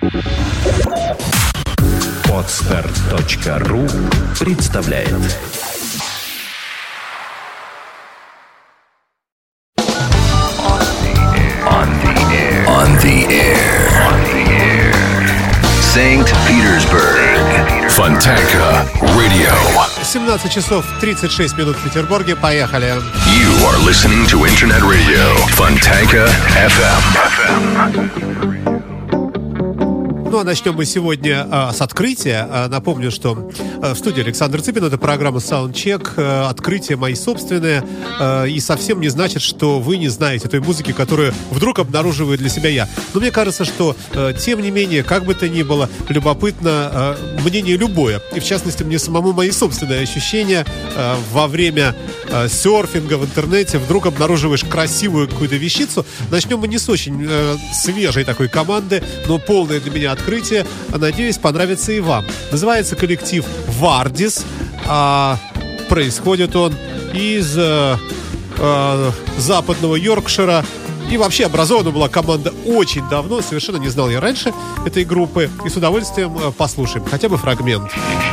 Podster.ru представляет. On the air. St. Petersburg. Fontanka Radio. 17 часов 36 минут в Петербурге. Поехали. You are listening to Internet Radio. Fontanka FM. Ну, а начнем мы сегодня с открытия. Напомню, что в студии Александр Цыпин. Это программа Soundcheck. Открытие мои собственные. И совсем не значит, что вы не знаете той музыки, которую вдруг обнаруживаю для себя я. Но мне кажется, что, тем не менее, как бы то ни было, любопытно мнение любое. И, в частности, мне самому мои собственные ощущения во время серфинга в интернете. Вдруг обнаруживаешь красивую какую-то вещицу. Начнем мы не с очень свежей такой команды, но полное для меня открытие. Надеюсь, понравится и вам. Называется коллектив Вардис. Происходит он из западного Йоркшира. И вообще образована была команда очень давно. Совершенно не знал я раньше этой группы. И с удовольствием послушаем хотя бы фрагмент.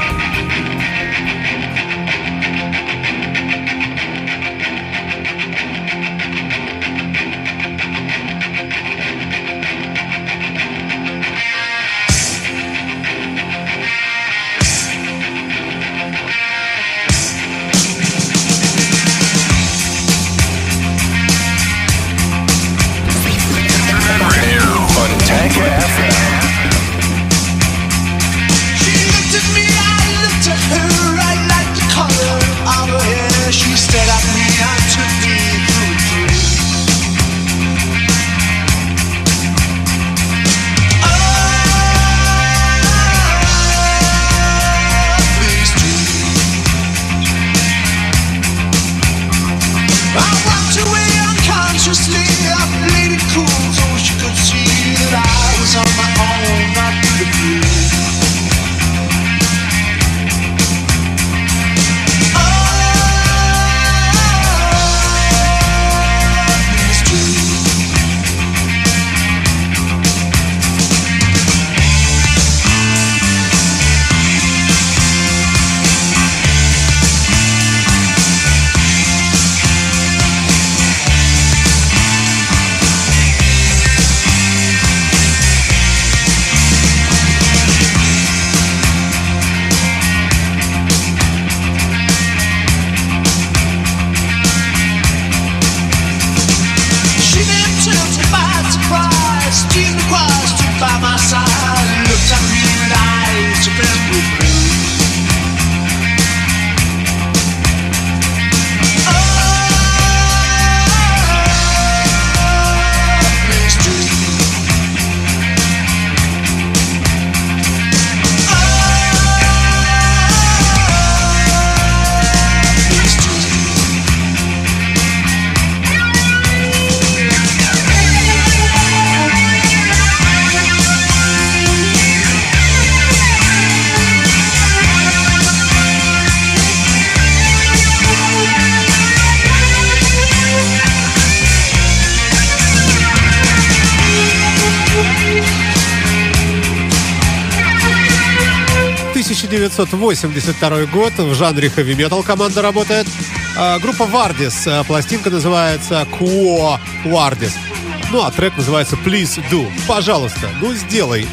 — 1982 год. В жанре хэви-метал команда работает. Группа Вардис. Пластинка называется Quo Vardis. Ну, а трек называется Please Do. Пожалуйста, ну сделай.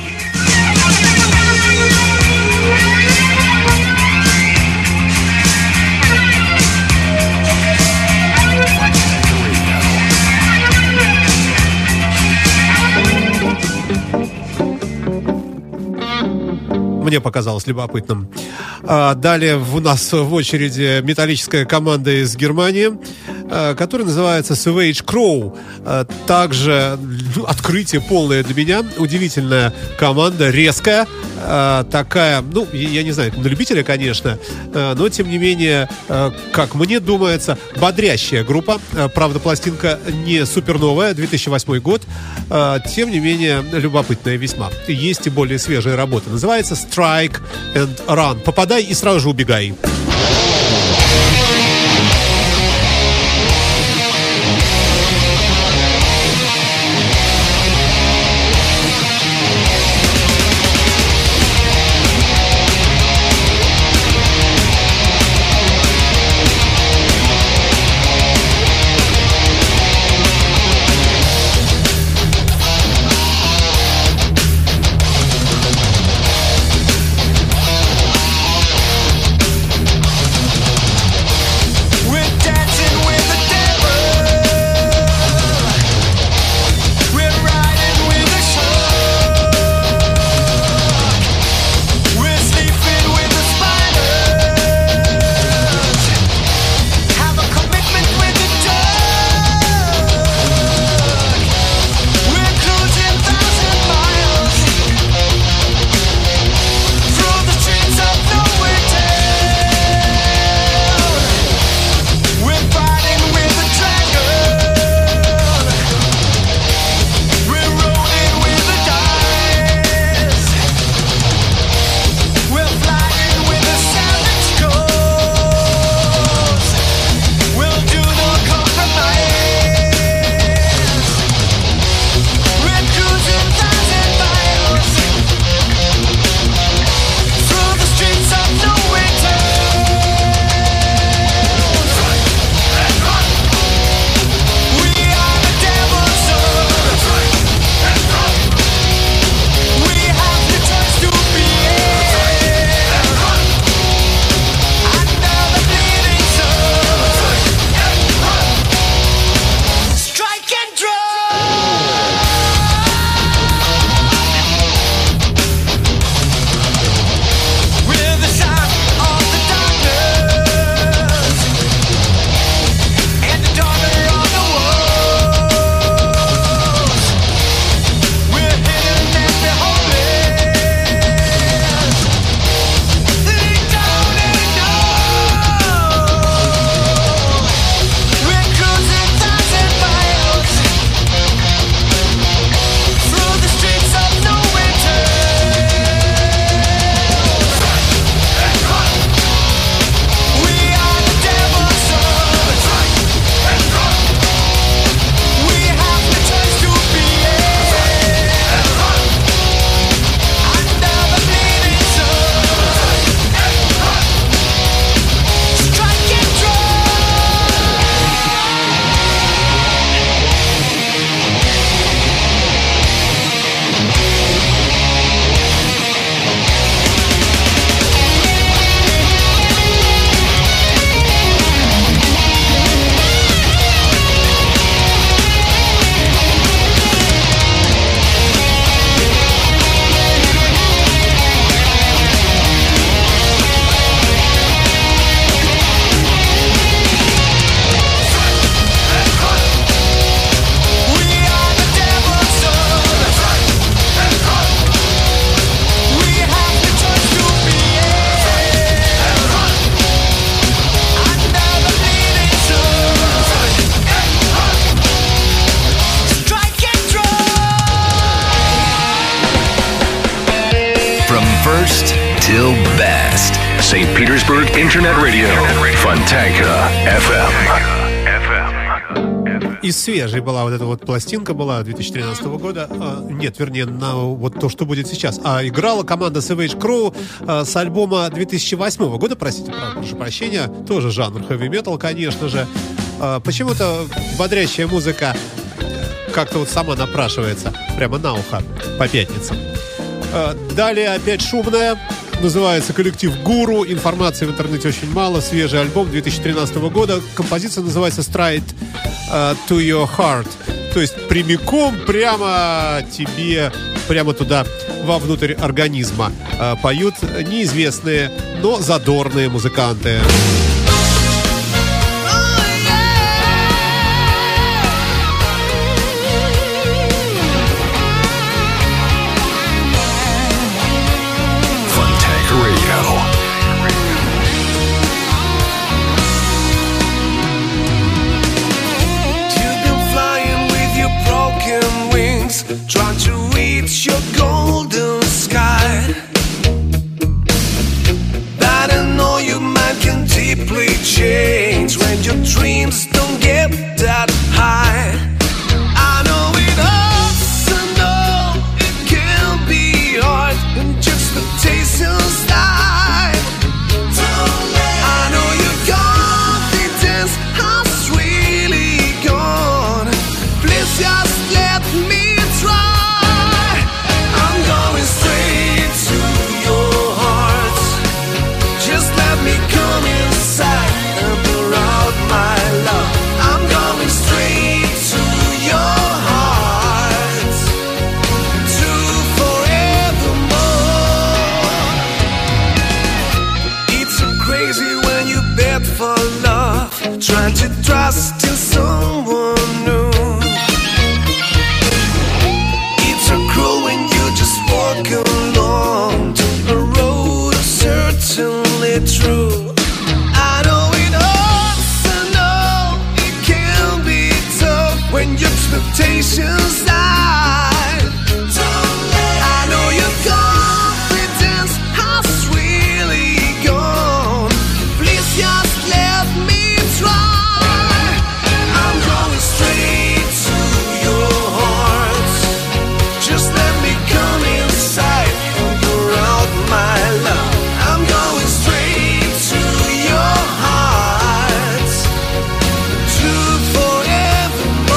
Мне показалось любопытным. Далее у нас в очереди металлическая команда из Германии, которая называется Savage Crow. Также открытие полное для меня. Удивительная команда, резкая, такая, ну, я не знаю, на любителя, конечно, но, тем не менее, как мне думается, бодрящая группа. Правда, пластинка не суперновая, 2008 год. Тем не менее, любопытная весьма. Есть и более свежая работа. Называется Strike and Run. Попадай и сразу же убегай. first till best. St. Petersburg Internet Radio. Fontanka FM. И свежей была вот эта вот пластинка, была 2013 года. Нет, вернее, на вот то, что будет сейчас. А играла команда Savage Crow с альбома 2008 года, простите, прошу прощения. Тоже жанр хэви-метал, конечно же. Почему-то бодрящая музыка как-то вот сама напрашивается прямо на ухо по пятницам. Далее опять шумная. Называется коллектив «Гуру». Информации в интернете очень мало. Свежий альбом 2013 года. Композиция называется «Straight to your heart». То есть прямиком прямо тебе, прямо туда, вовнутрь организма. Поют неизвестные, но задорные музыканты. Trying to reach your golden sky, but I know your mind can deeply change when your dreams don't get that high. I know it hurts, I know it can be hard, and just the taste inside. I know your confidence has really gone. Please just let me. Trying to trust in someone new. It's so cruel when you just walk along a road certainly true. I know it hurts, I know it can be tough when your expectations die. I know your confidence has really gone. Please just let me. I'm going straight to your heart. Just let me come inside and pour out my love. I'm going straight to your heart, to forevermore.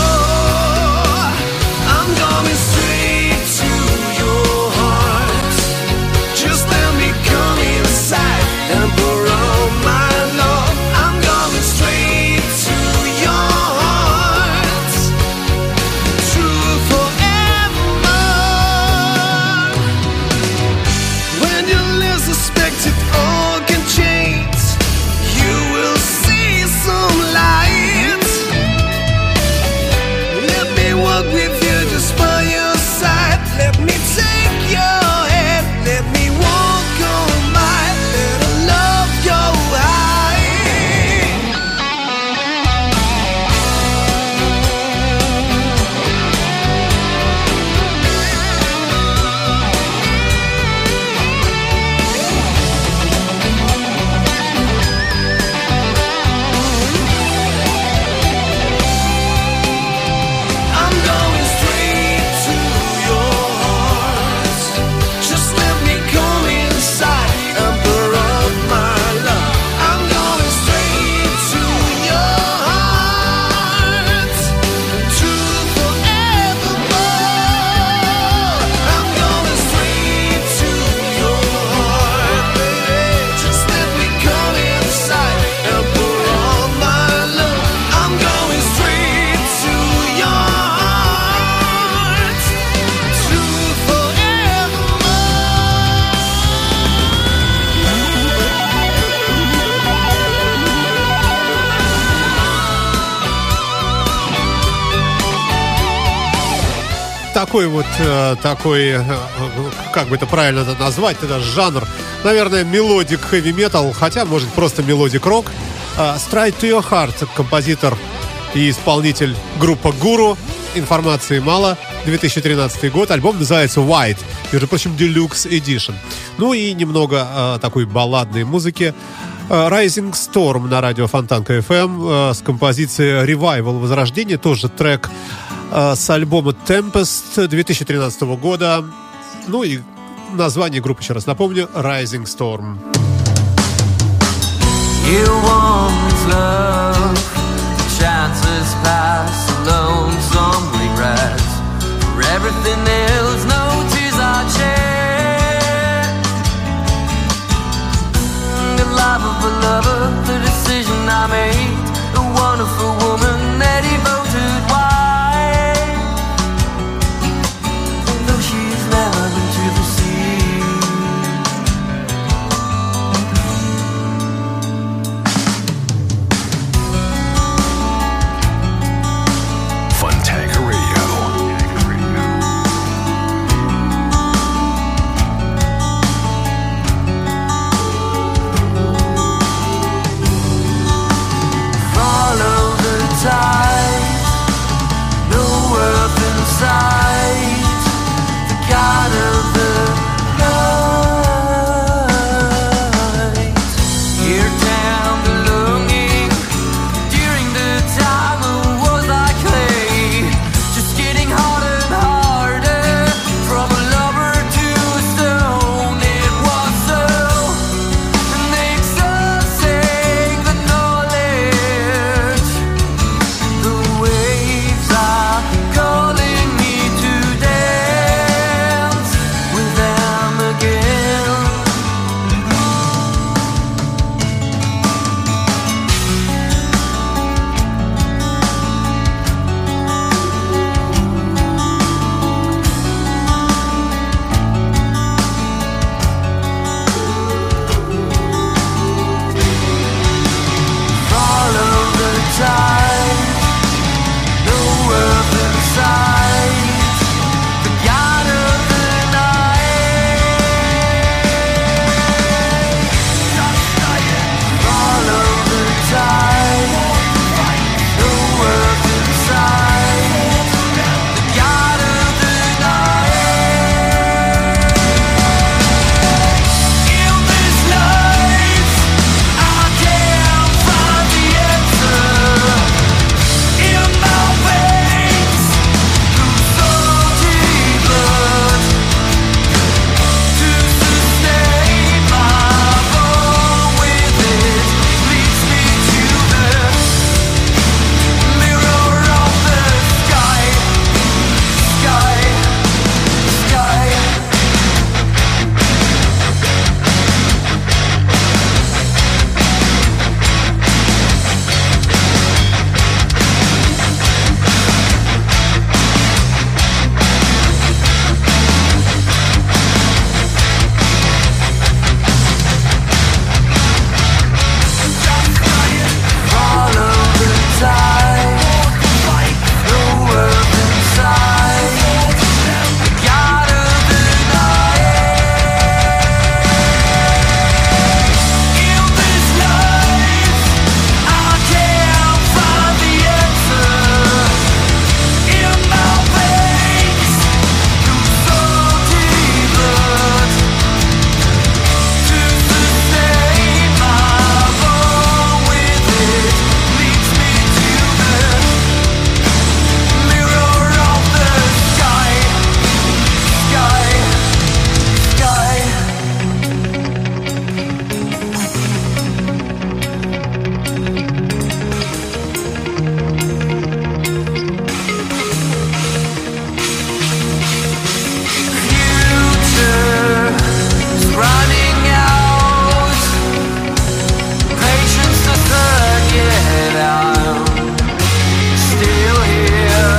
I'm going straight to your heart. Just let me come inside and pour out my love. I'm going straight to your heart, true forevermore. When you least suspect it, all can change. You will see some light. Let me walk with you just by your side. Let me take your hand. Let me walk on by. Let our love go high. I'm going straight to your heart. Just let me come inside and pour out my love. I'm going straight to your heart, true forevermore. I'm going straight to your heart, baby. Just let me come inside and pour out my love. I'm going straight to your heart, true forevermore. Такой вот, как бы это правильно назвать, это жанр, наверное, мелодик хэви-метал, хотя, может, просто мелодик рок. Straight to your heart, композитор и исполнитель группа «Гуру». Информации мало. 2013 год. Альбом называется White, между прочим, Deluxe Edition. Ну и немного такой балладной музыки. Rising Storm на радио Фонтанка FM с композицией Revival, Возрождение, тоже трек с альбома Tempest 2013 года. Ну и название группы, еще раз напомню, Rising Storm. You once loved, chances pass, alone, some regrets. For everything else, no tears I shed. The life of a lover, the decision I made, a wonderful woman, a devoted wife. Though she's never been to the sea. Fontanka Radio. Follow the tide, no earth in sight, the God of the night. Hear down the longing, during the time it was like clay, just getting harder and harder, from a lover to a stone. It was so, and they exhausting the knowledge. The waves are calling me to dance with them again. Follow the tide, no earth in sight, the God of the night. Follow the tide, no earth in sight, the God of the night. In this life, I can't find the answer. In my veins, through salty blood, to sustain my bone with it, leads me to the mirror of the sky, sky, sky. Follow the tide, no earth in sight, the God of the night. In this life, I can't find the answer. In my veins, through salty blood, to sustain my bone with it, leads me to the mirror of the sky, sky, sky. Future is running out, patience to suck it out. Still here,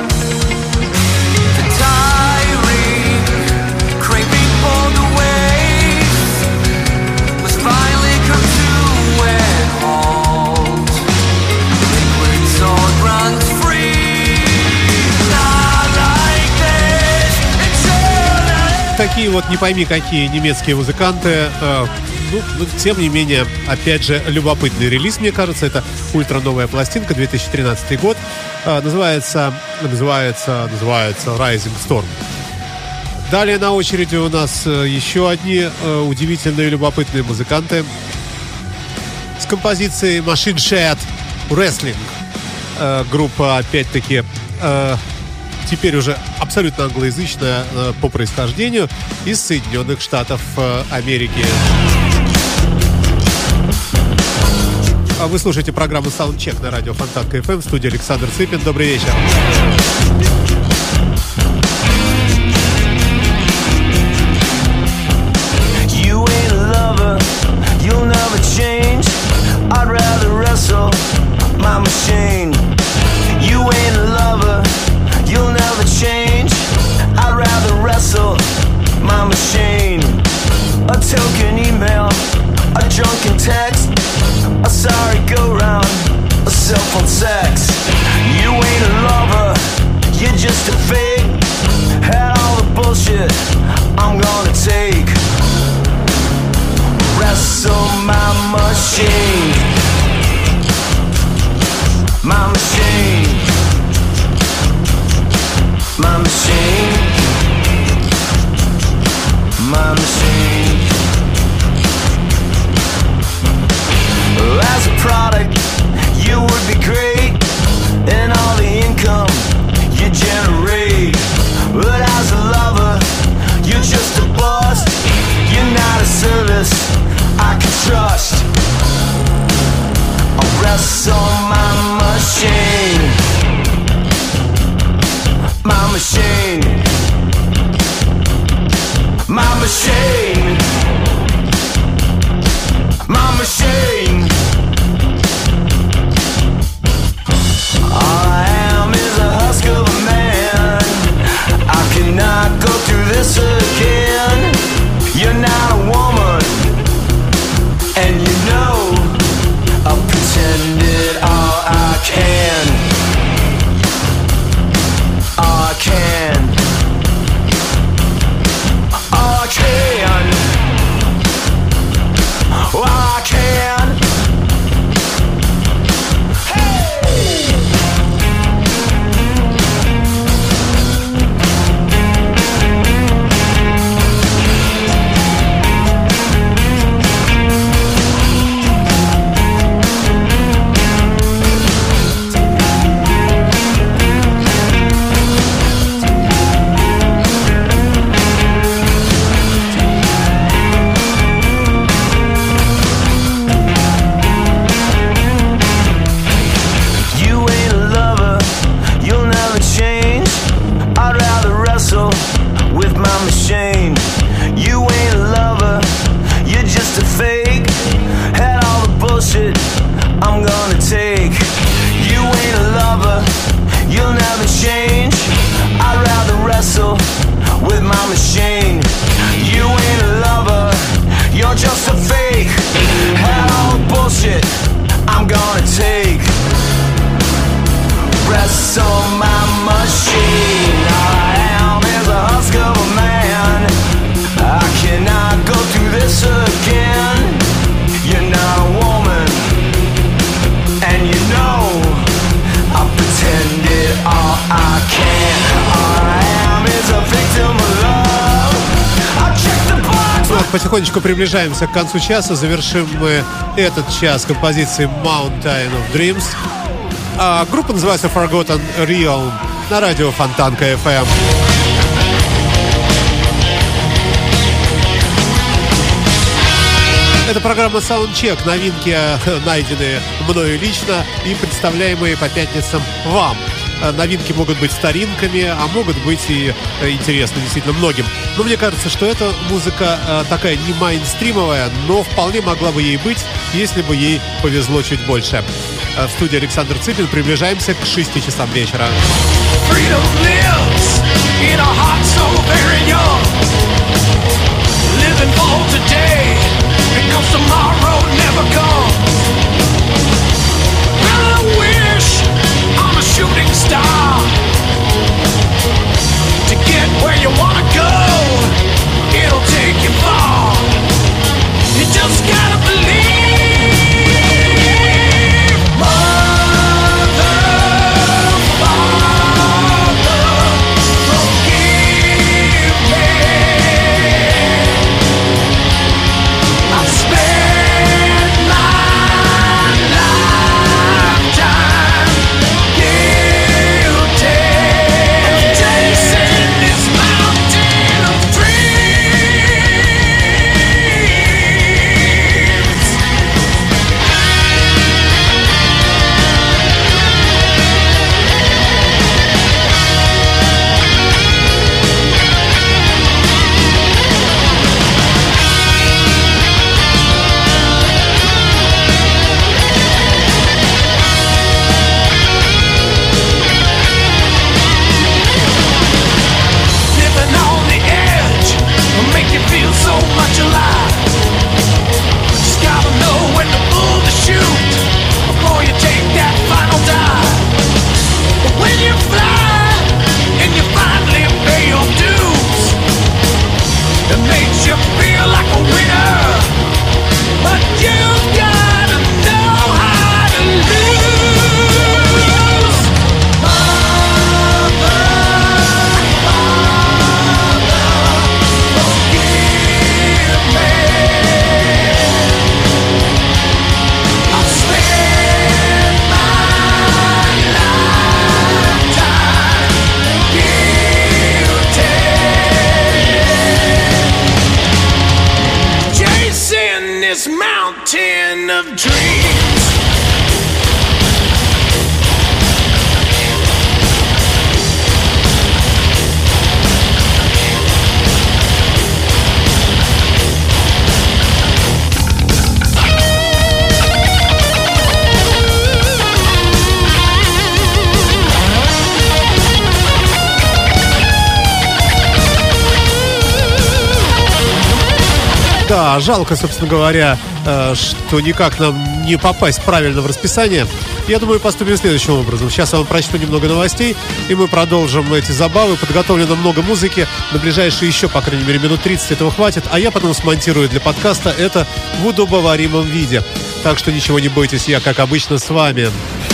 the tiring, craving for the waves must finally come to a halt. Liquid salt runs free, not like this. It's all Такие вот не пойми какие немецкие музыканты Ну, тем не менее, опять же, любопытный релиз, мне кажется. Это ультра новая пластинка, 2013 год. Называется Rising Storm. Далее на очереди у нас еще одни удивительные и любопытные музыканты с композицией Machine Shed Wrestling. Группа, опять-таки, теперь уже абсолютно англоязычная по происхождению, из Соединенных Штатов Америки. Вы слушаете программу Soundcheck на радио Фонтанка FM, в студии Александр Цыпин. Добрый вечер. You ain't a lover, you'll never change. I'd rather wrestle my machine. You ain't a lover, you'll never change. I'd rather wrestle my machine. A token email, a drunken text, a sorry go round, a cell phone sex. You ain't a lover, you're just a fake. Had all the bullshit I'm gonna take. Wrestle my machine. My machine. My machine. My machine. As a product, you would be great, and all the income you generate. But as a lover, you're just a bust. You're not a service I can trust. I'll wrestle my machine. My machine. My machine. My machine. All I am is a husk of a man. I cannot go through this again. You're not a woman, and you know I've pretended all I can. All I can. All I can. All I can. With my machine. You ain't a lover, you're just a fake. Had all the bullshit I'm gonna take. You ain't a lover, you'll never change. I'd rather wrestle with my machine. You ain't a lover, you're just a fake. Had all the bullshit I'm gonna take. Wrestle my machine. I am is a husk of a man. I cannot go through this again. You're not a woman, and you know I pretended all I can. All I am is a victim of love. I check the box. Вот, потихонечку приближаемся к концу часа. Завершим мы этот час композицией Mountain of Dreams. Группа называется Forgotten Realm на радио Фонтанка FM. Это программа Soundcheck. Новинки, найденные мною лично и представляемые по пятницам вам. Новинки могут быть старинками, а могут быть и интересны действительно многим. Но мне кажется, что эта музыка такая не мейнстримовая, но вполне могла бы ей быть, если бы ей повезло чуть больше. В студии Александр Цыпин. Приближаемся к 6 часам вечера. Just land of dreams. Да, жалко, собственно говоря, что никак нам не попасть правильно в расписание. Я думаю, поступим следующим образом. Сейчас я вам прочту немного новостей, и мы продолжим эти забавы. Подготовлено много музыки. На ближайшие еще, по крайней мере, минут 30 этого хватит. А я потом смонтирую для подкаста это в удобоваримом виде. Так что ничего не бойтесь, я, как обычно, с вами.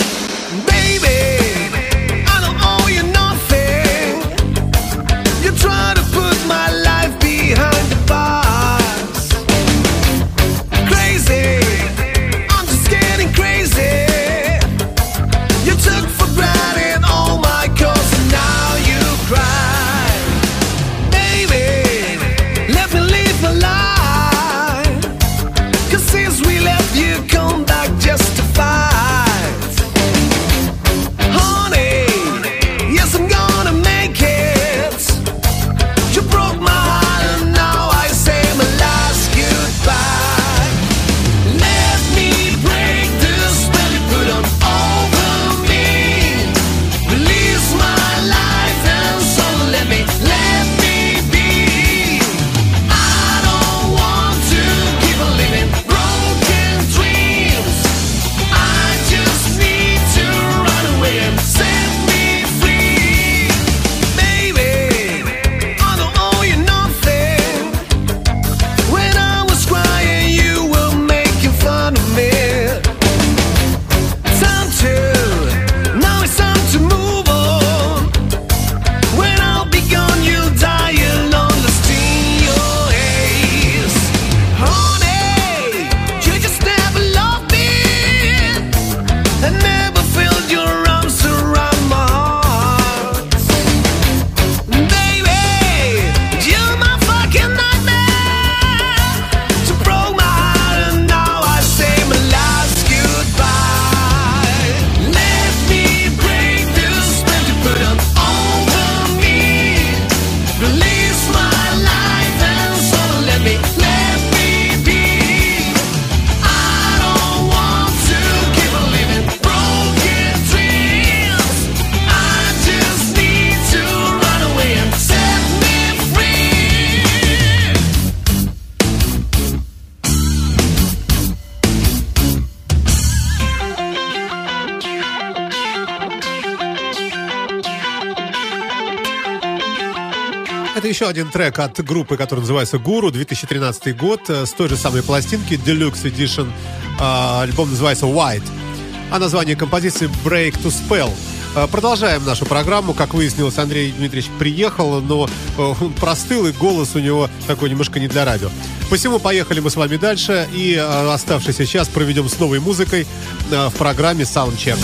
Это еще один трек от группы, который называется «Гуру», 2013 год, с той же самой пластинки, Deluxe Edition. Альбом называется «White», а название композиции «Break to Spell». Продолжаем нашу программу. Как выяснилось, Андрей Дмитриевич приехал, но он простыл, и голос у него такой немножко не для радио. Посему поехали мы с вами дальше, и оставшийся час проведем с новой музыкой в программе Soundcheck.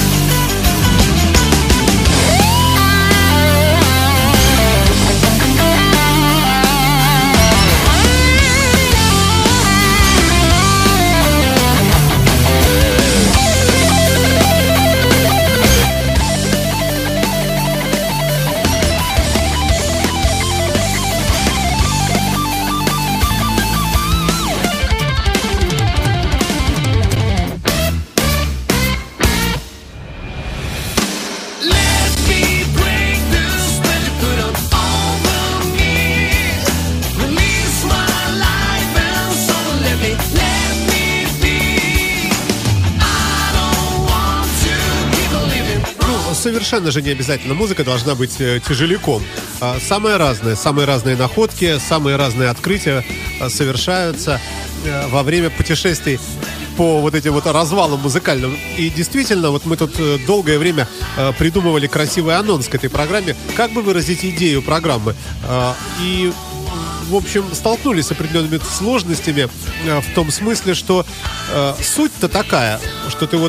Совершенно же не обязательно музыка должна быть тяжеляком. Самые разные находки, самые разные открытия совершаются во время путешествий по вот этим вот развалам музыкальным. И действительно, вот мы тут долгое время придумывали красивый анонс к этой программе, как бы выразить идею программы. И, в общем, столкнулись с определенными сложностями в том смысле, что суть-то такая, что ты вот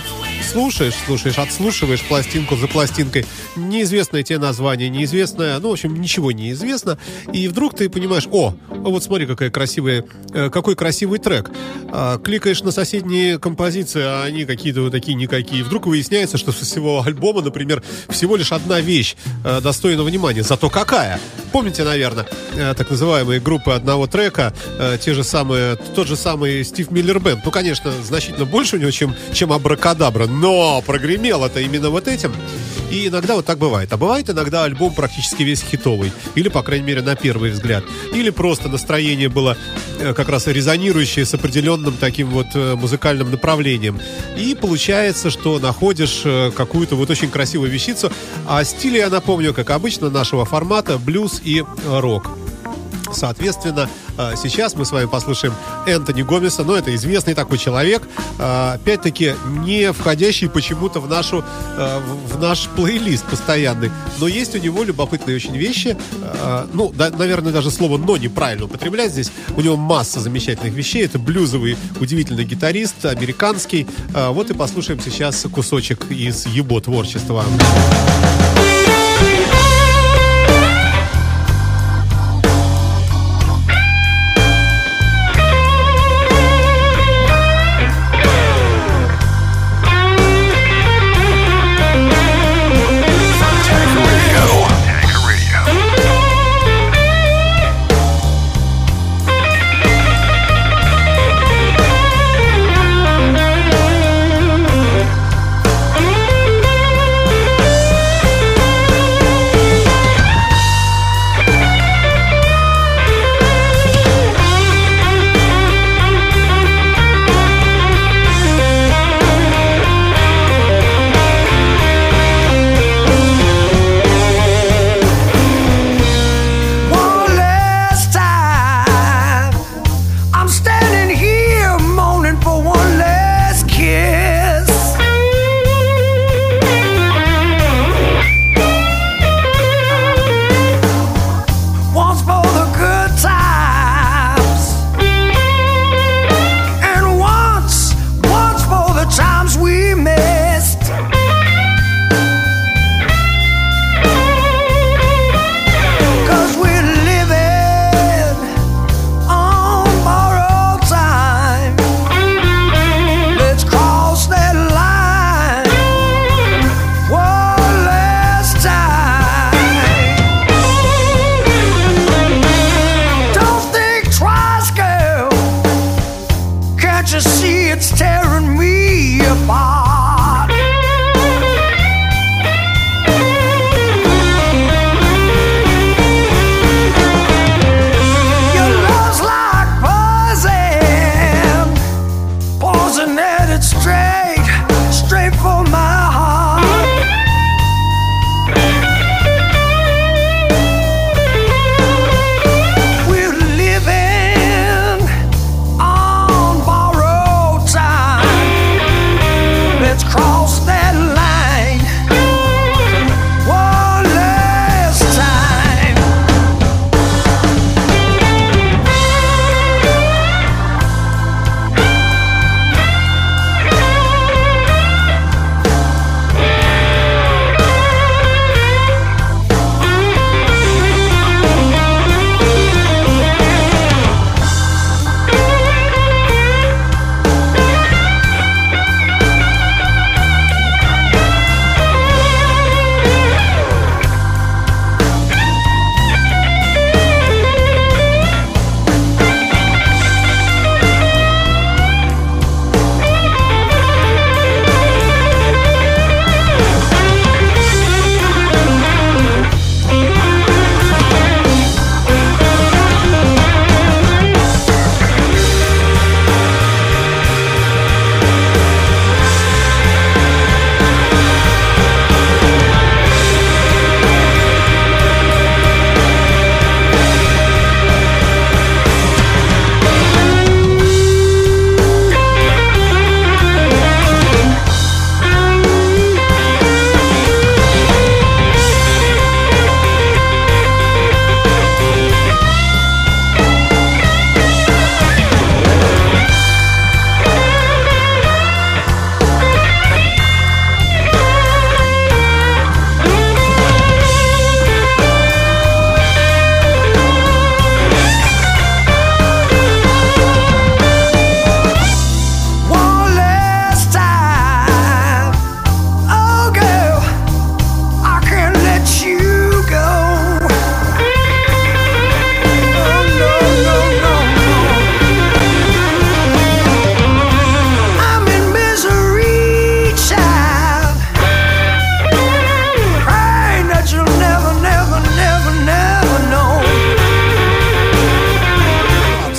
слушаешь, отслушиваешь пластинку за пластинкой, неизвестное тебе название, неизвестное, ну, в общем, ничего не известно, и вдруг ты понимаешь, вот смотри, какой красивый трек. Кликаешь на соседние композиции, а они какие-то вот такие никакие. Вдруг выясняется, что со всего альбома, например, всего лишь одна вещь достойна внимания. Зато какая? Помните, наверное, так называемые группы одного трека, тот же самый Стив Миллер Бэнд. Ну, конечно, значительно больше у него, чем Абракадабра, но прогремел это именно вот этим. И иногда вот так бывает. А бывает иногда альбом практически весь хитовый. Или, по крайней мере, на первый взгляд. Или просто настроение было как раз резонирующее с определенным таким вот музыкальным направлением. И получается, что находишь какую-то вот очень красивую вещицу. А стили, я напомню, как обычно, нашего формата блюз и рок. Соответственно, сейчас мы с вами послушаем Энтони Гомеса, но это известный такой человек, опять-таки не входящий почему-то в наш плейлист постоянный, но есть у него любопытные очень вещи, наверное, даже слово «но» неправильно употреблять здесь, у него масса замечательных вещей, это блюзовый удивительный гитарист, американский, вот и послушаем сейчас кусочек из его творчества.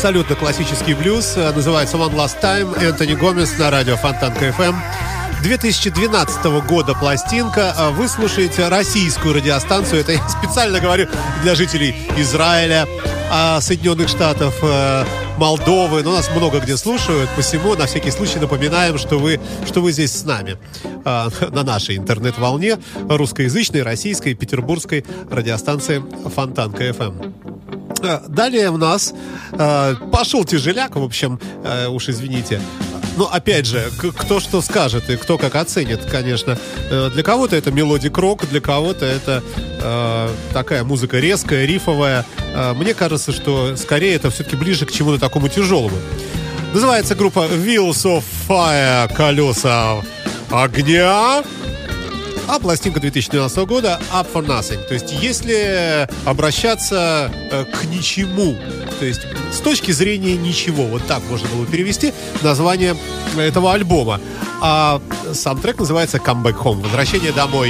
абсолютно классический блюз. Называется One Last Time. Энтони Гомес на радио Фонтанка FM. 2012 года пластинка. Вы слушаете российскую радиостанцию. Это я специально говорю для жителей Израиля, Соединенных Штатов, Молдовы. Но нас много где слушают. Посему на всякий случай напоминаем, что вы здесь с нами на нашей интернет-волне русскоязычной, российской, петербургской радиостанции Фонтанка FM. Далее у нас пошел тяжеляк, в общем, уж извините. Ну, опять же, кто что скажет и кто как оценит, конечно. Для кого-то это мелодик-рок, для кого-то это такая музыка резкая, рифовая. Мне кажется, что скорее это все-таки ближе к чему-то такому тяжелому. Называется группа Wheels of Fire, колеса огня. А пластинка 2012 года Up for Nothing. То есть, если обращаться к ничему, то есть, с точки зрения ничего, вот так можно было перевести название этого альбома. А сам трек называется Come Back Home. Возвращение домой.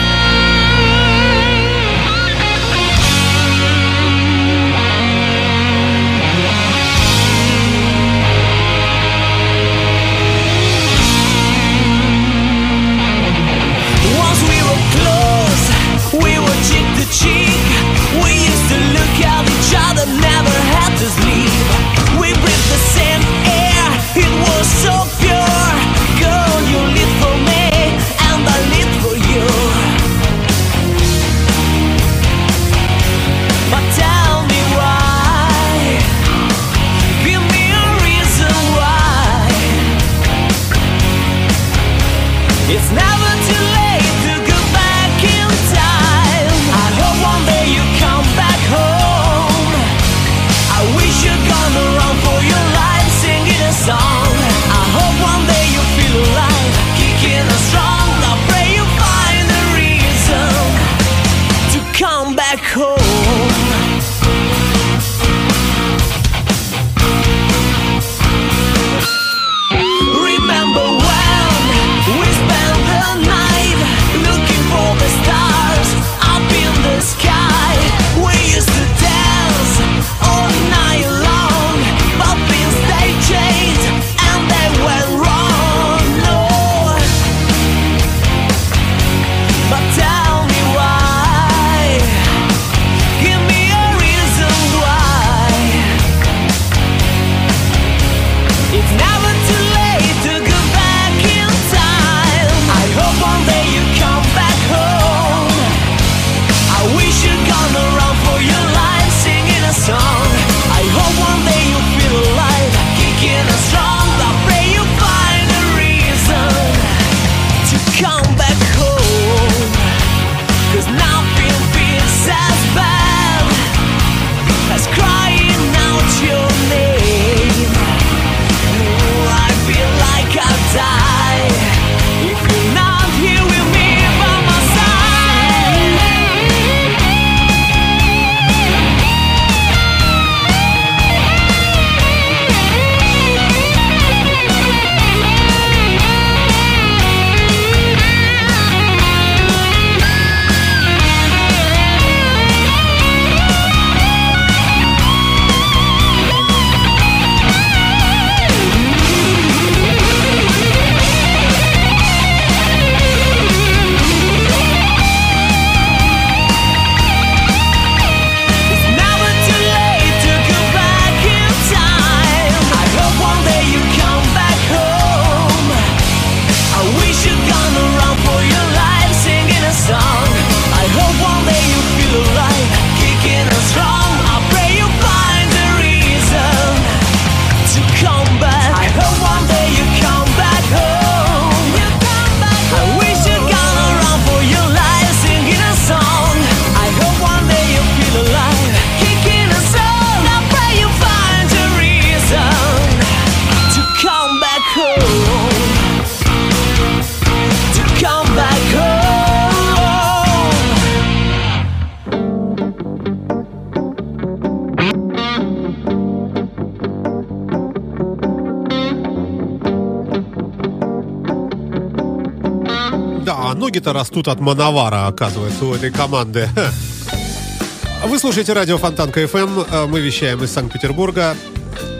Ноги-то растут от мановара, оказывается, у этой команды. Вы слушаете радио Фонтанка FM. Мы вещаем из Санкт-Петербурга.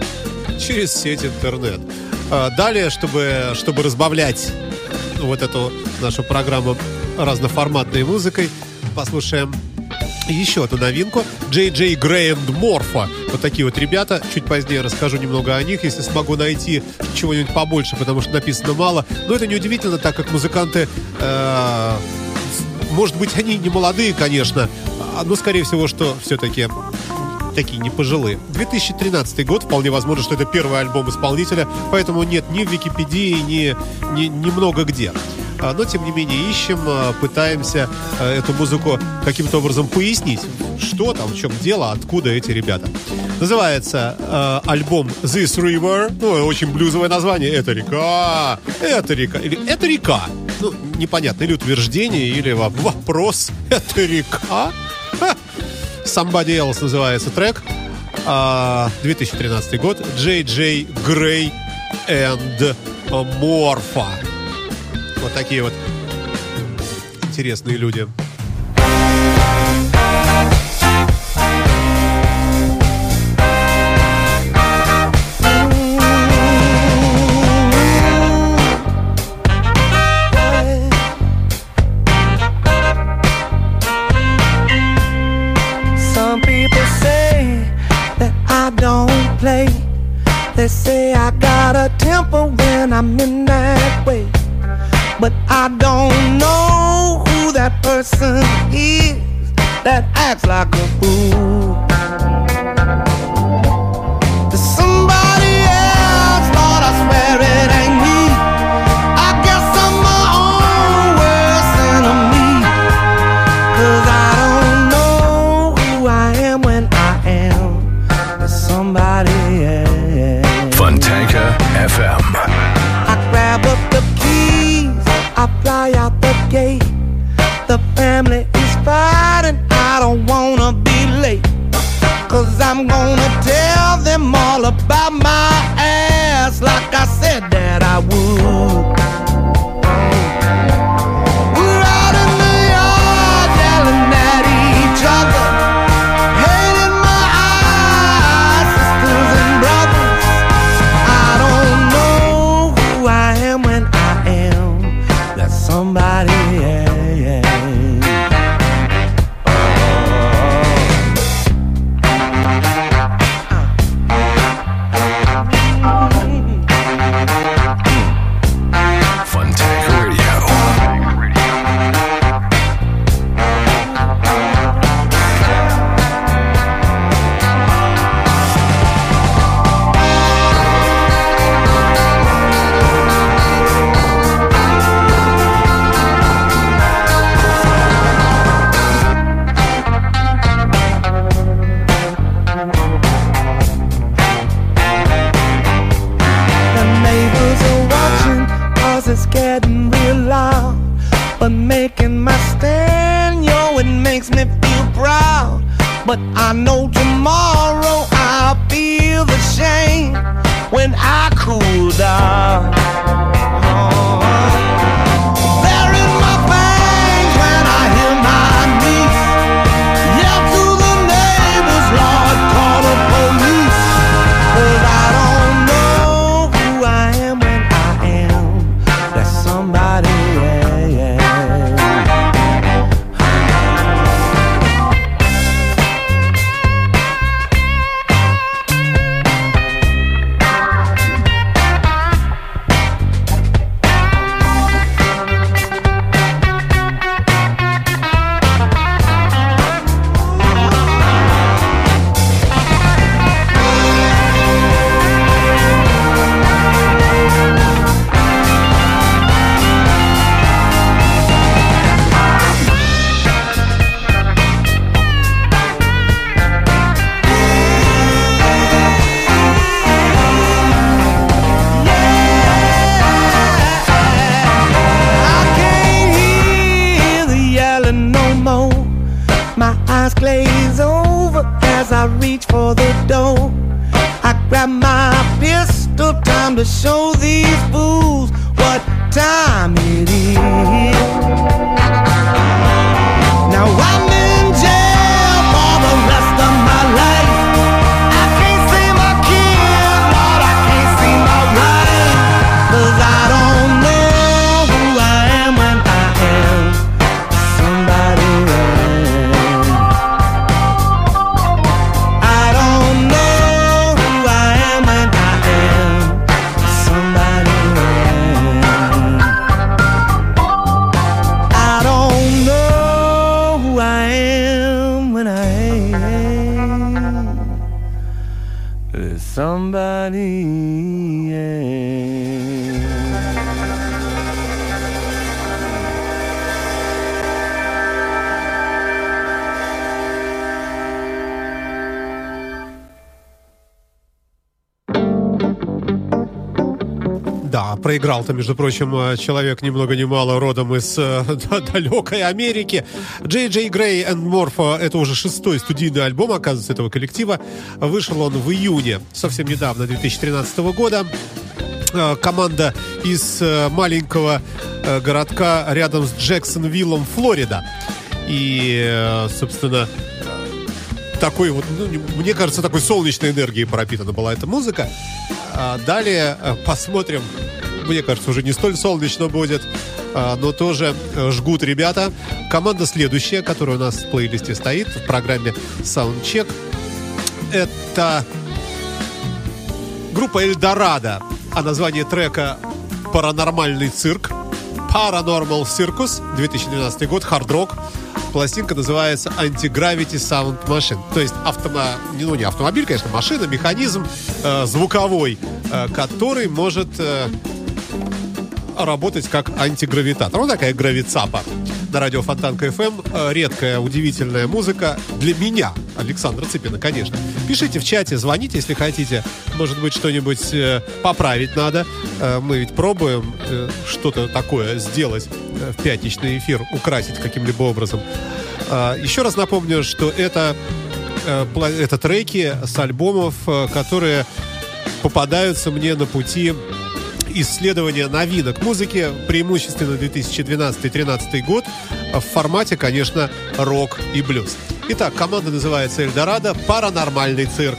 через сеть интернет. Далее, чтобы разбавлять вот эту нашу программу разноформатной музыкой, послушаем еще одну новинку. Джей Джей Грей и Морфа. Вот такие вот ребята. Чуть позднее расскажу немного о них, если смогу найти чего-нибудь побольше, потому что написано мало. Но это неудивительно, так как музыканты, может быть, они не молодые, конечно, но, скорее всего, что все-таки такие не пожилые. 2013 год, вполне возможно, что это первый альбом исполнителя, поэтому нет ни в Википедии, ни много где. Но, тем не менее, ищем, пытаемся эту музыку каким-то образом пояснить, что там, в чем дело, откуда эти ребята. Называется альбом This River, ну, очень блюзовое название, это река, или это река, ну, непонятно, или утверждение, или вопрос, это река? Somebody Else называется трек, 2013 год, Джей Джей Грей and Morpha. Вот такие вот интересные люди. Some people say that I don't play. They say I got a temper when I'm in that way. But I don't know who that person is that acts like a fool. To somebody else, Lord, I swear it ain't me. I guess I'm my own worst enemy. 'Cause I don't know who I am when I am to somebody else. Fontanka FM. I grab up the keys, I fly out the gate. The family is fighting, I don't wanna be late. 'Cause I'm gonna tell them all about my ass like I said that I would. We're out in the yard yelling at each other, hate in my eyes, sisters and brothers. I don't know who I am when I am that somebody else. Fontanka Radio. The neighbors are watching 'cause it's getting real loud. But making my stand, yo, it makes me feel proud. But I know tomorrow I'll feel the shame when I cool down. There in my veins when I hear my niece yell to the neighbors, Lord, call the police. 'Cause I don't know who I am when I am that somebody else. I can't hear the yelling no more. My eyes glaze over as I reach for the door. I grab my pistol, time to show these fools what time it is. Now I'm in jail for the rest of my life. I can't see my kids, Lord, I Да, проиграл-то, между прочим, человек ни много ни мало родом из далекой Америки. Джей Джей Грей and Morpho — это уже 6-й студийный альбом, оказывается, этого коллектива. Вышел он в июне, совсем недавно, 2013 года. Команда из маленького городка рядом с Джексонвиллом, Флорида. И, собственно, такой вот, мне кажется, такой солнечной энергией пропитана была эта музыка. Далее посмотрим. Мне кажется, уже не столь солнечно будет, но тоже жгут ребята. Команда следующая, которая у нас в плейлисте стоит в программе Soundcheck, это группа Эльдорадо. А название трека «Паранормальный цирк». Paranormal Circus, 2012 год, хард-рок. Пластинка называется Anti-Gravity Sound Machine. То есть не автомобиль, конечно, машина, механизм звуковой, который может работать как антигравитатор. Ну, такая гравицапа. На радио Фонтанка FM. Редкая, удивительная музыка. Для меня, Александра Цыпина, конечно. Пишите в чате, звоните, если хотите. Может быть, что-нибудь поправить надо. Мы ведь пробуем что-то такое сделать в пятничный эфир, украсить каким-либо образом. Еще раз напомню, что это треки с альбомов, которые попадаются мне на пути исследования новинок музыки, преимущественно 2012-2013 год, в формате, конечно, рок и блюз. Итак, команда называется Эльдорадо, «Паранормальный цирк».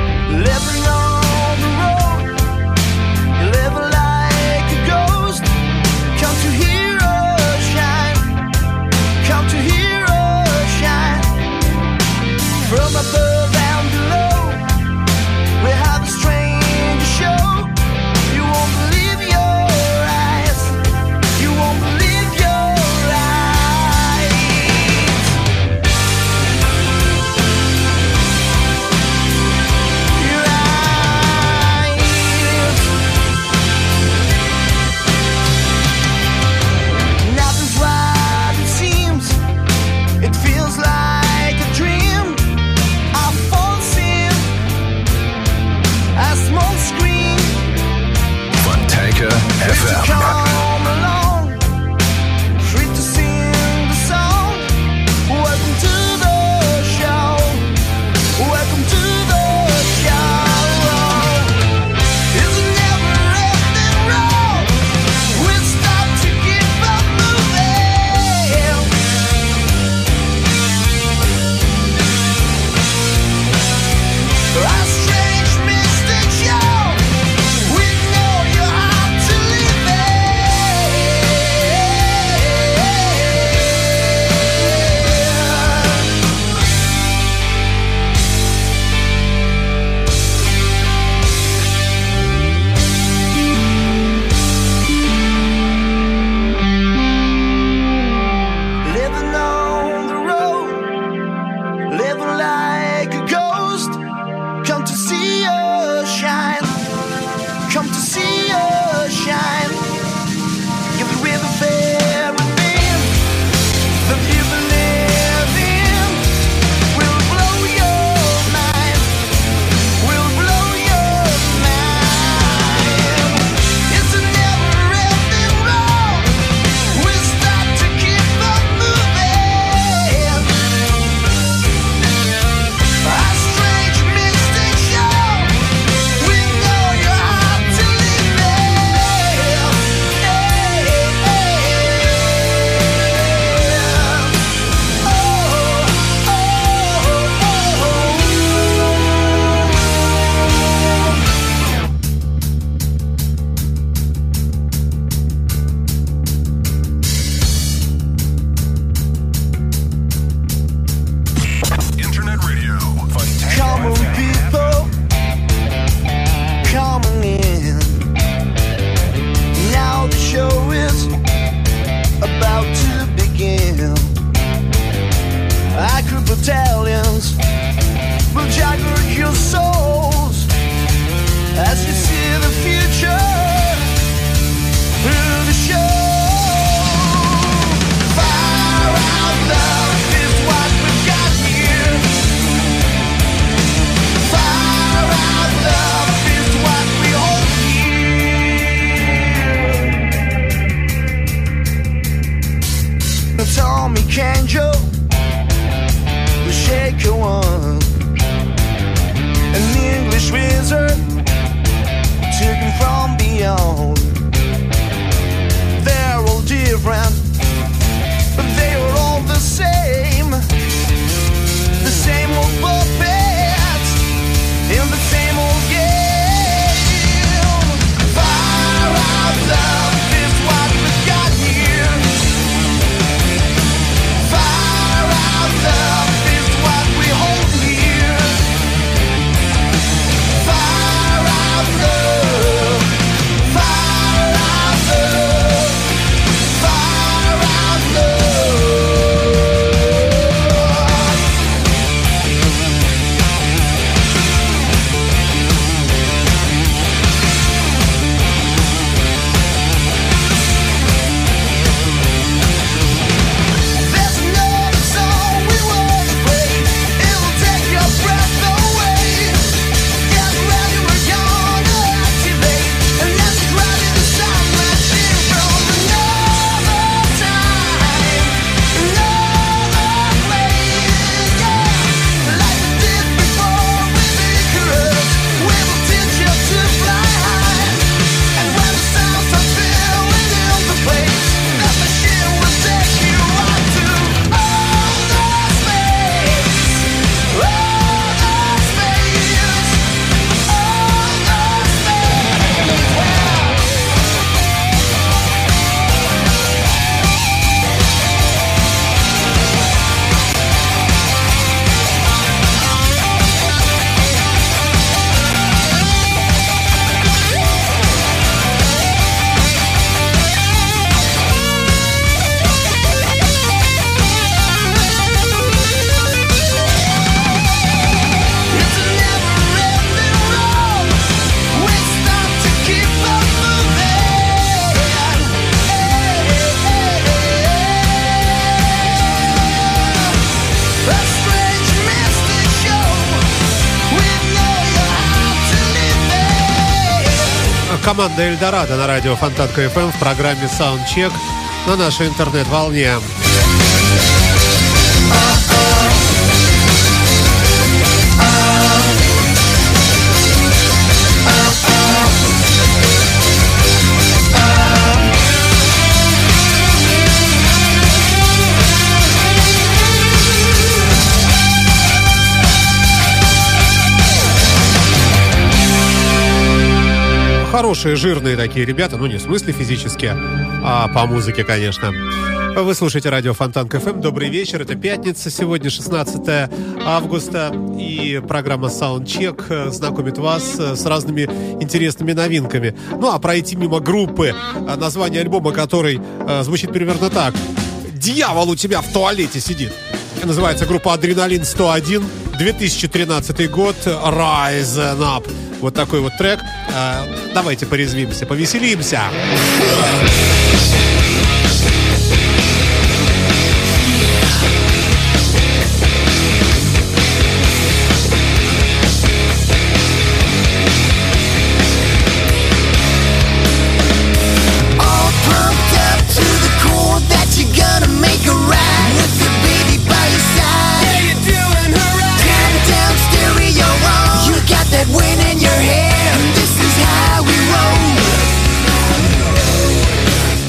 Living on the road, you live like a ghost. take you on. An English wizard taken from beyond. They're all different, but they are all the same. The same old puppets in the same old game. Fire out love is what we got here. Fire out love is what we hold here. Fire out love. Fire out love. Fire out love. There's another song we wanna play. It'll take your breath away. Get ready, we're gonna activate, and let's ride in the sound machine from another time, another place. Yeah, like we did before with Icarus, we will teach you to fly high. And when the sounds are filling in the place, that machine will take you out to outer space, outer space, it's a never-ending road. We start to keep on moving. A strange mystic show. We know you how to live it. Команда Эльдорадо на радио Фонтанка FM в программе Soundcheck на нашей интернет-волне. Хорошие, жирные такие ребята, ну не в смысле физически, а по музыке, конечно. Вы слушаете радио Фонтанка FM. Добрый вечер, это пятница, сегодня 16 августа, и программа Soundcheck знакомит вас с разными интересными новинками. Ну а пройти мимо группы, название альбома которой звучит примерно так: «Дьявол у тебя в туалете сидит». Называется группа «Адреналин 101», 2013 год, «Rise Up». Вот такой вот трек. Давайте порезвимся, повеселимся. All pumped up to the core that you're gonna make a ride with your baby by your side. Yeah, you're doing her right. Turn down stereo on. You got that wind in your hair. This is how we roll.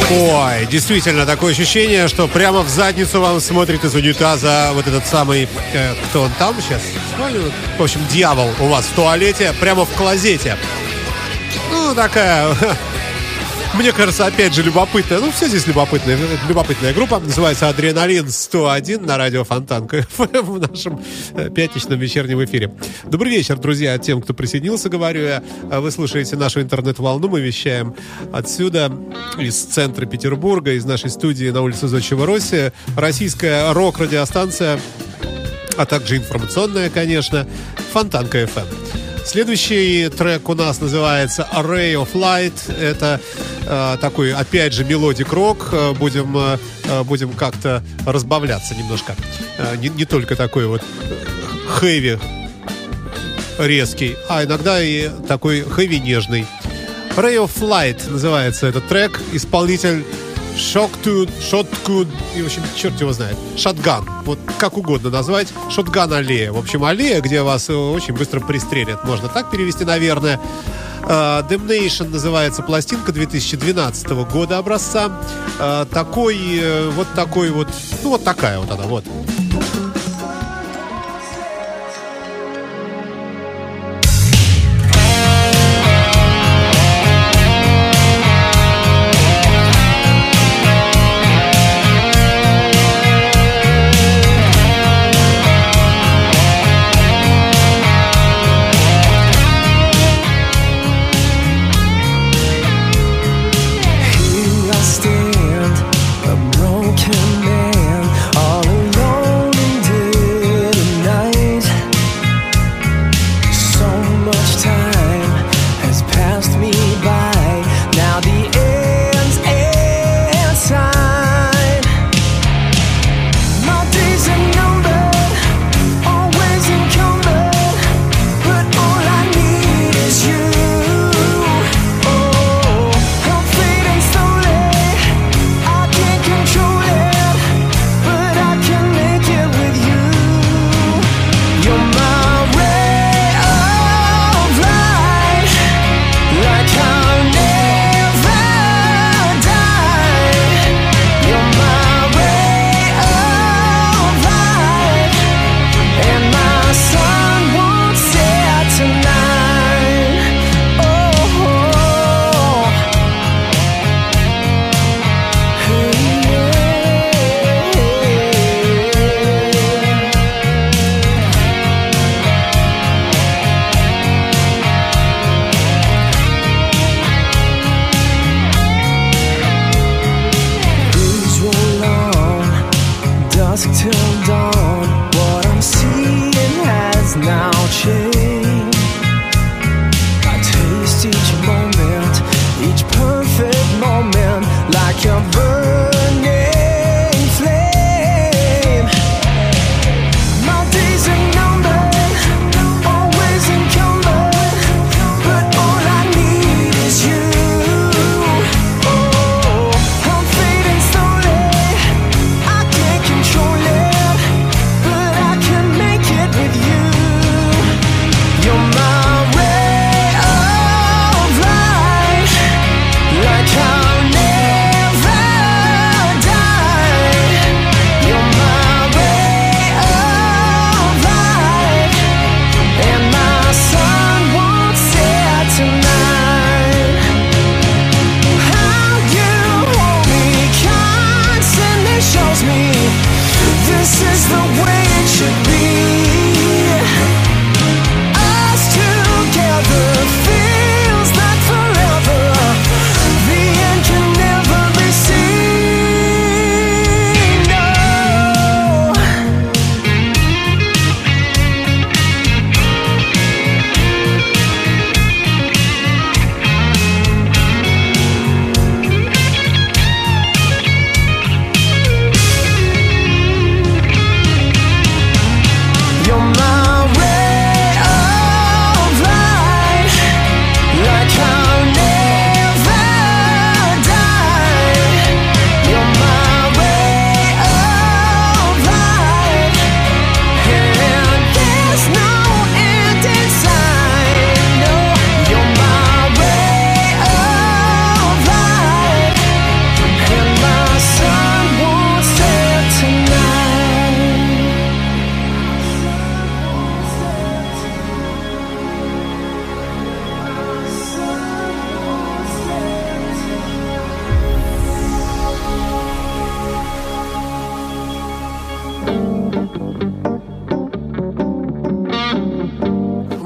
Ой, действительно, такое ощущение, что прямо в задницу вам смотрит из унитаза вот этот самый... кто он там сейчас? В общем, дьявол у вас в туалете, прямо в клозете. Ну, такая... Мне кажется, опять же, любопытная. Ну, все здесь любопытная группа. Называется «Адреналин 101» на радио Фонтанка в нашем пятничном вечернем эфире. Добрый вечер, друзья, тем, кто присоединился, говорю я. Вы слушаете нашу интернет-волну. Мы вещаем отсюда, из центра Петербурга, из нашей студии на улице Зодчего Россия. Российская рок-радиостанция, а также информационная, конечно, Фонтанка FM. Следующий трек у нас называется Ray of Light. Это такой, опять же, мелодик-рок. Будем как-то разбавляться немножко. Не только такой вот хэви резкий, а иногда и такой хэви нежный. Ray of Light называется этот трек. Исполнитель Shotgun, и, в общем, черт его знает, Shotgun, вот как угодно назвать, Shotgun аллея. В общем, аллея, где вас очень быстро пристрелят, можно так перевести, наверное. Damnation называется пластинка 2012 года образца. Такой вот, ну вот такая вот она, вот.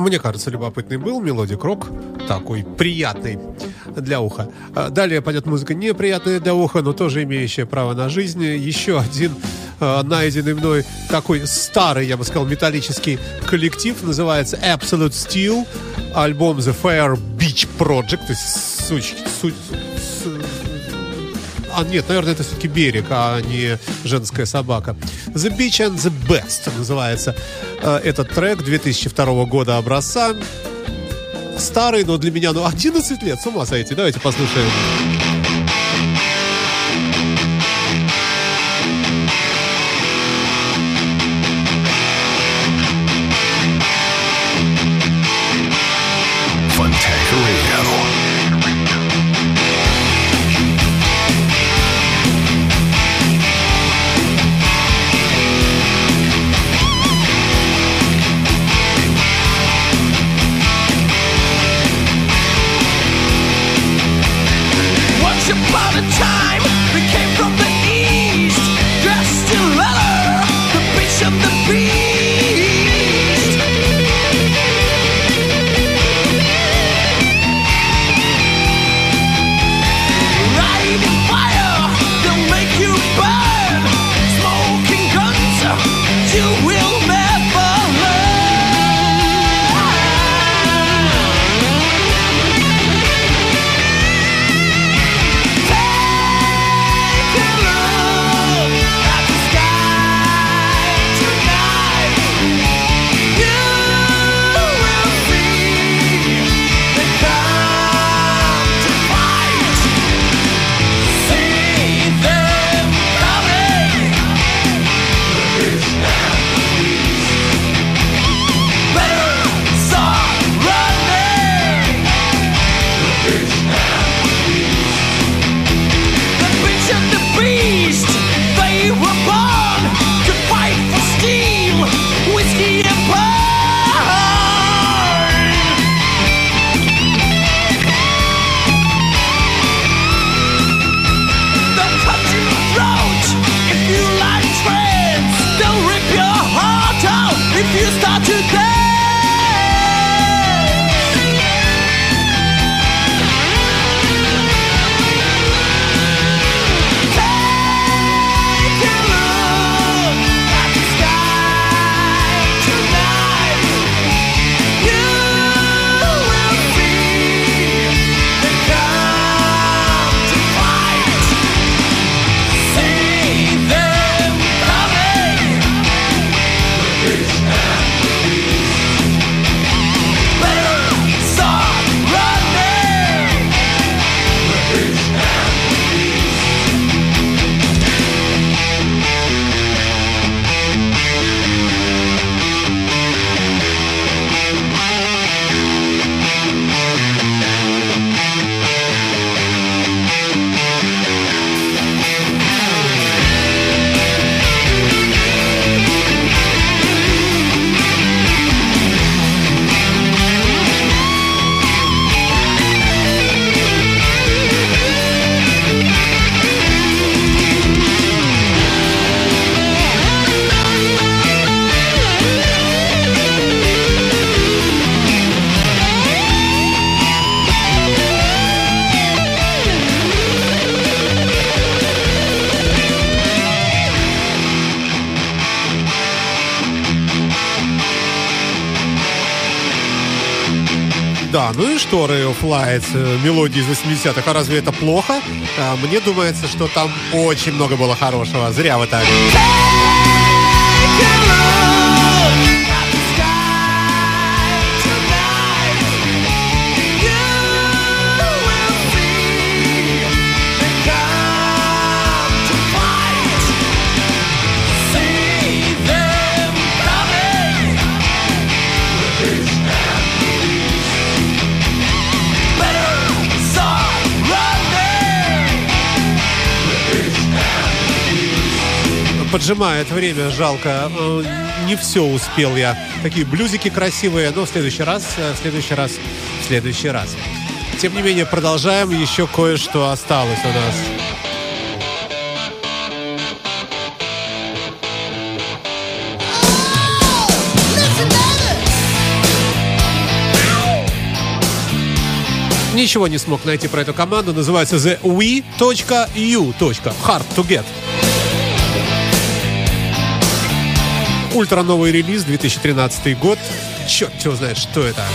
Мне кажется, любопытный был. Мелодик рок такой приятный для уха. Далее пойдет музыка неприятная для уха, но тоже имеющая право на жизнь. Еще один найденный мной такой старый, я бы сказал, металлический коллектив. Называется Absolute Steel. Альбом The Fire Beach Project. То есть нет, наверное, это все-таки берег, а не женская собака. The Beach and the Best называется этот трек 2002 года образца. Старый, но для меня, 11 лет, с ума сойти. Давайте послушаем. Fontanka Radio. Upon a time we came from the east, dressed in leather, the beach of the beast. Riding fire, they'll make you burn. Smoking guns, you will never learn. You start to dance. Take a look at the sky tonight. You will see they come to fight. See them coming. Да, ну и что, Ray of Light, мелодии из 80-х, а разве это плохо? Мне думается, что там очень много было хорошего. Зря вы так. Поджимает время, жалко. Не все успел я. Такие блюзики красивые, но в следующий раз. Тем не менее, продолжаем. Еще кое-что осталось у нас. Ничего не смог найти про эту команду. Называется The We.U. Hard to Get. Ультра новый релиз, 2013 год. Черт его знает, что это.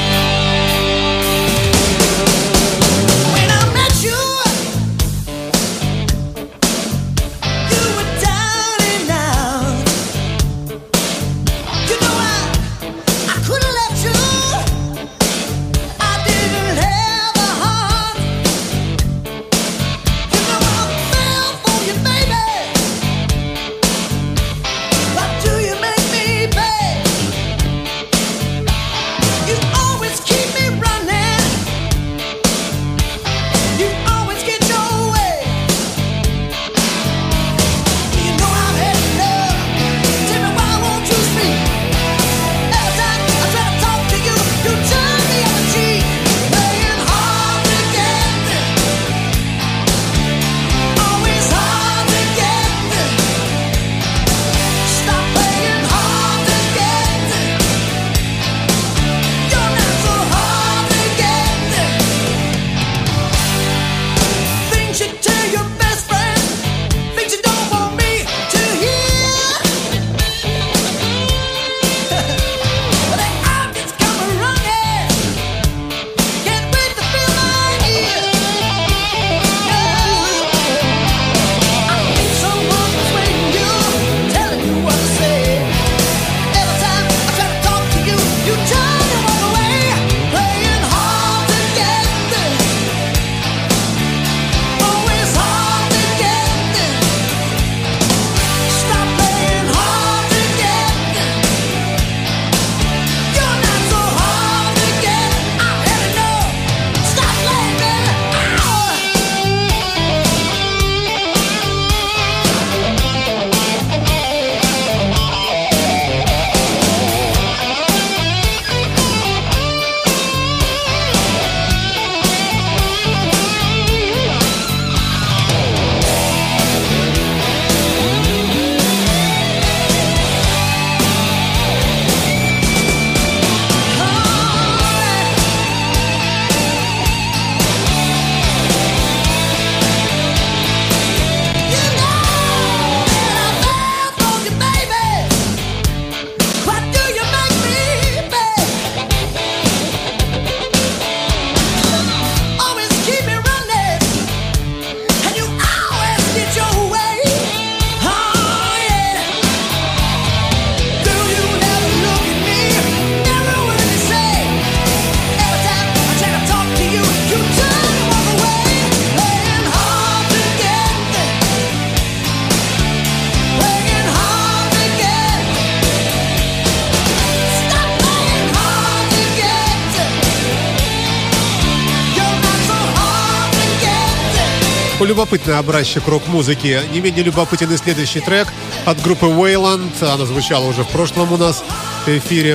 Любопытный образчик рок-музыки. Не менее любопытен и следующий трек от группы Wayland. Она звучала уже в прошлом у нас в эфире.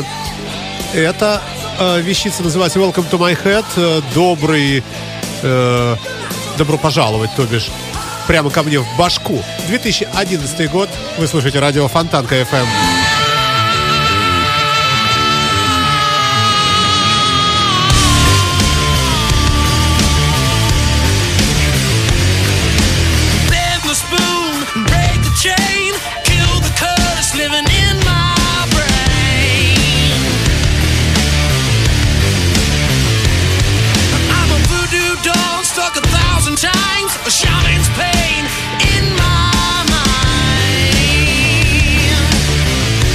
Эта вещица называется Welcome to My Head. Добро пожаловать, то бишь, прямо ко мне в башку. 2011 год. Вы слушаете радио Фонтанка FM. A shaman's pain in my mind.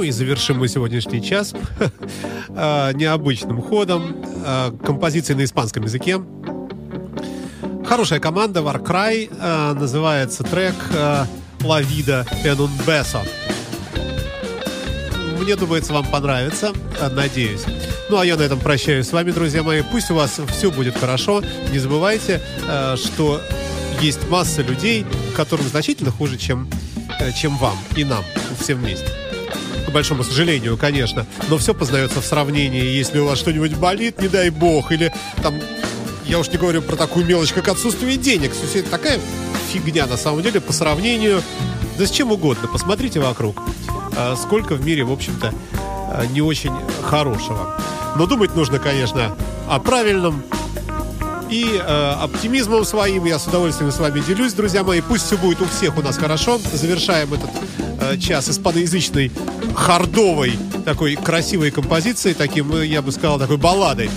и завершим мы сегодняшний час необычным ходом, композицией на испанском языке. Хорошая команда, Warcry, называется трек «La vida en un beso». Мне думается, вам понравится, надеюсь. Ну, а я на этом прощаюсь с вами, друзья мои. Пусть у вас все будет хорошо. Не забывайте, что есть масса людей, которым значительно хуже, чем вам и нам, всем вместе. К большому сожалению, конечно. Но все познается в сравнении. Если у вас что-нибудь болит, не дай бог, или там, я уж не говорю про такую мелочь, как отсутствие денег. Все это такая фигня, на самом деле, по сравнению, да с чем угодно. Посмотрите вокруг. Сколько в мире, в общем-то, не очень хорошего. Но думать нужно, конечно, о правильном. И оптимизмом своим я с удовольствием с вами делюсь, друзья мои. Пусть все будет у всех у нас хорошо. Завершаем этот час испаноязычной, хардовой, такой красивой композицией, таким, я бы сказал, такой балладой.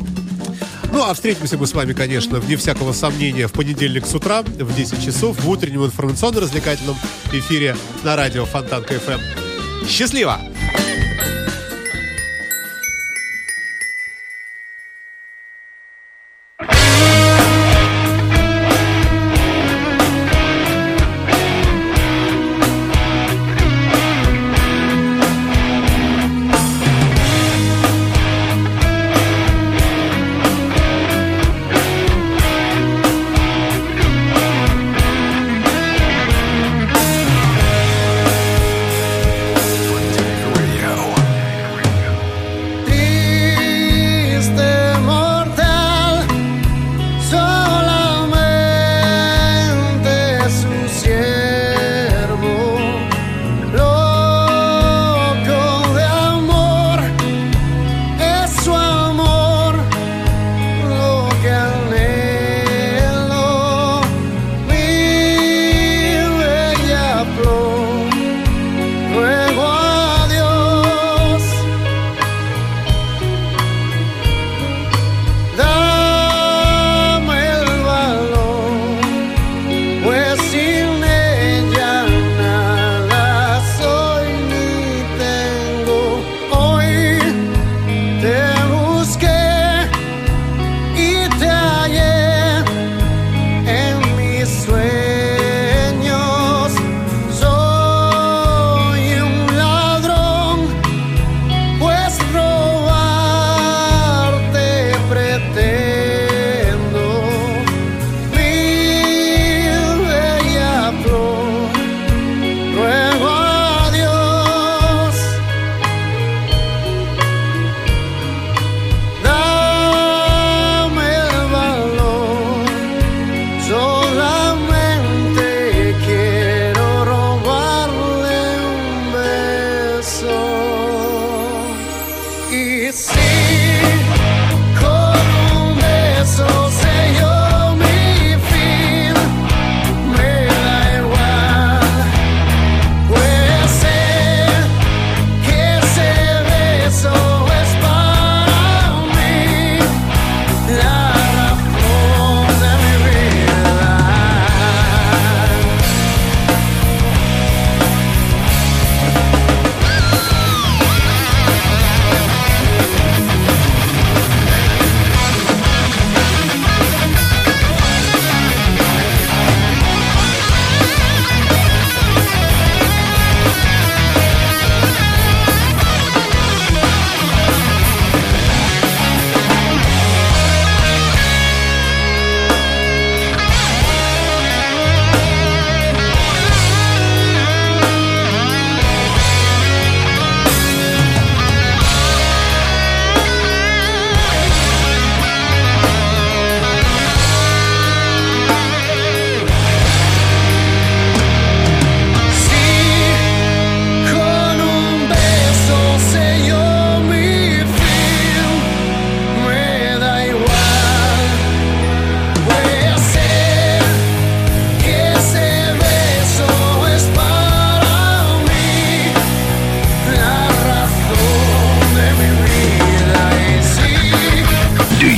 Ну, а встретимся мы с вами, конечно, вне всякого сомнения, в понедельник с утра в 10 часов в утреннем информационно-развлекательном эфире на радио Фонтанка FM. Счастливо!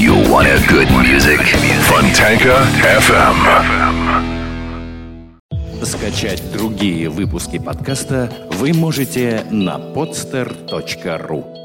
Good music. Fontanka FM. Скачать другие выпуски подкаста вы можете на podster.ru.